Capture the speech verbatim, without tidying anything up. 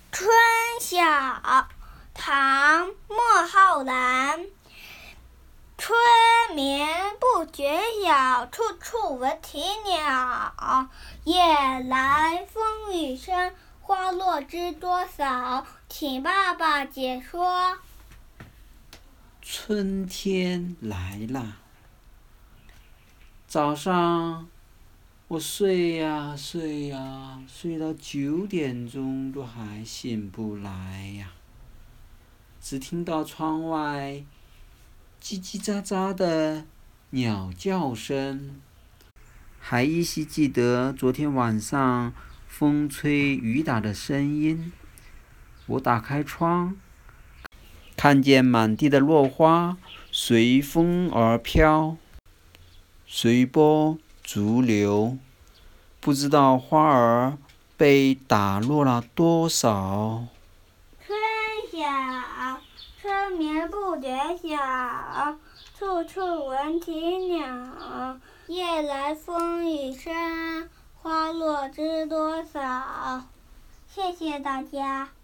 春晓，唐·莫浩然。春眠不觉晓，处处闻啼鸟。夜来风雨声，花落知多少。请爸爸解说。 春天来了，早上我睡呀睡呀，睡到九点钟都还醒不来呀。只听到窗外叽叽喳喳的鸟叫声，还依稀记得昨天晚上风吹雨打的声音。我打开窗，看见满地的落花随风而飘，随波逐流，不知道花儿被打落了多少。 春晓，春眠不觉晓，处处闻啼鸟。夜来风雨声，花落知多少。谢谢大家。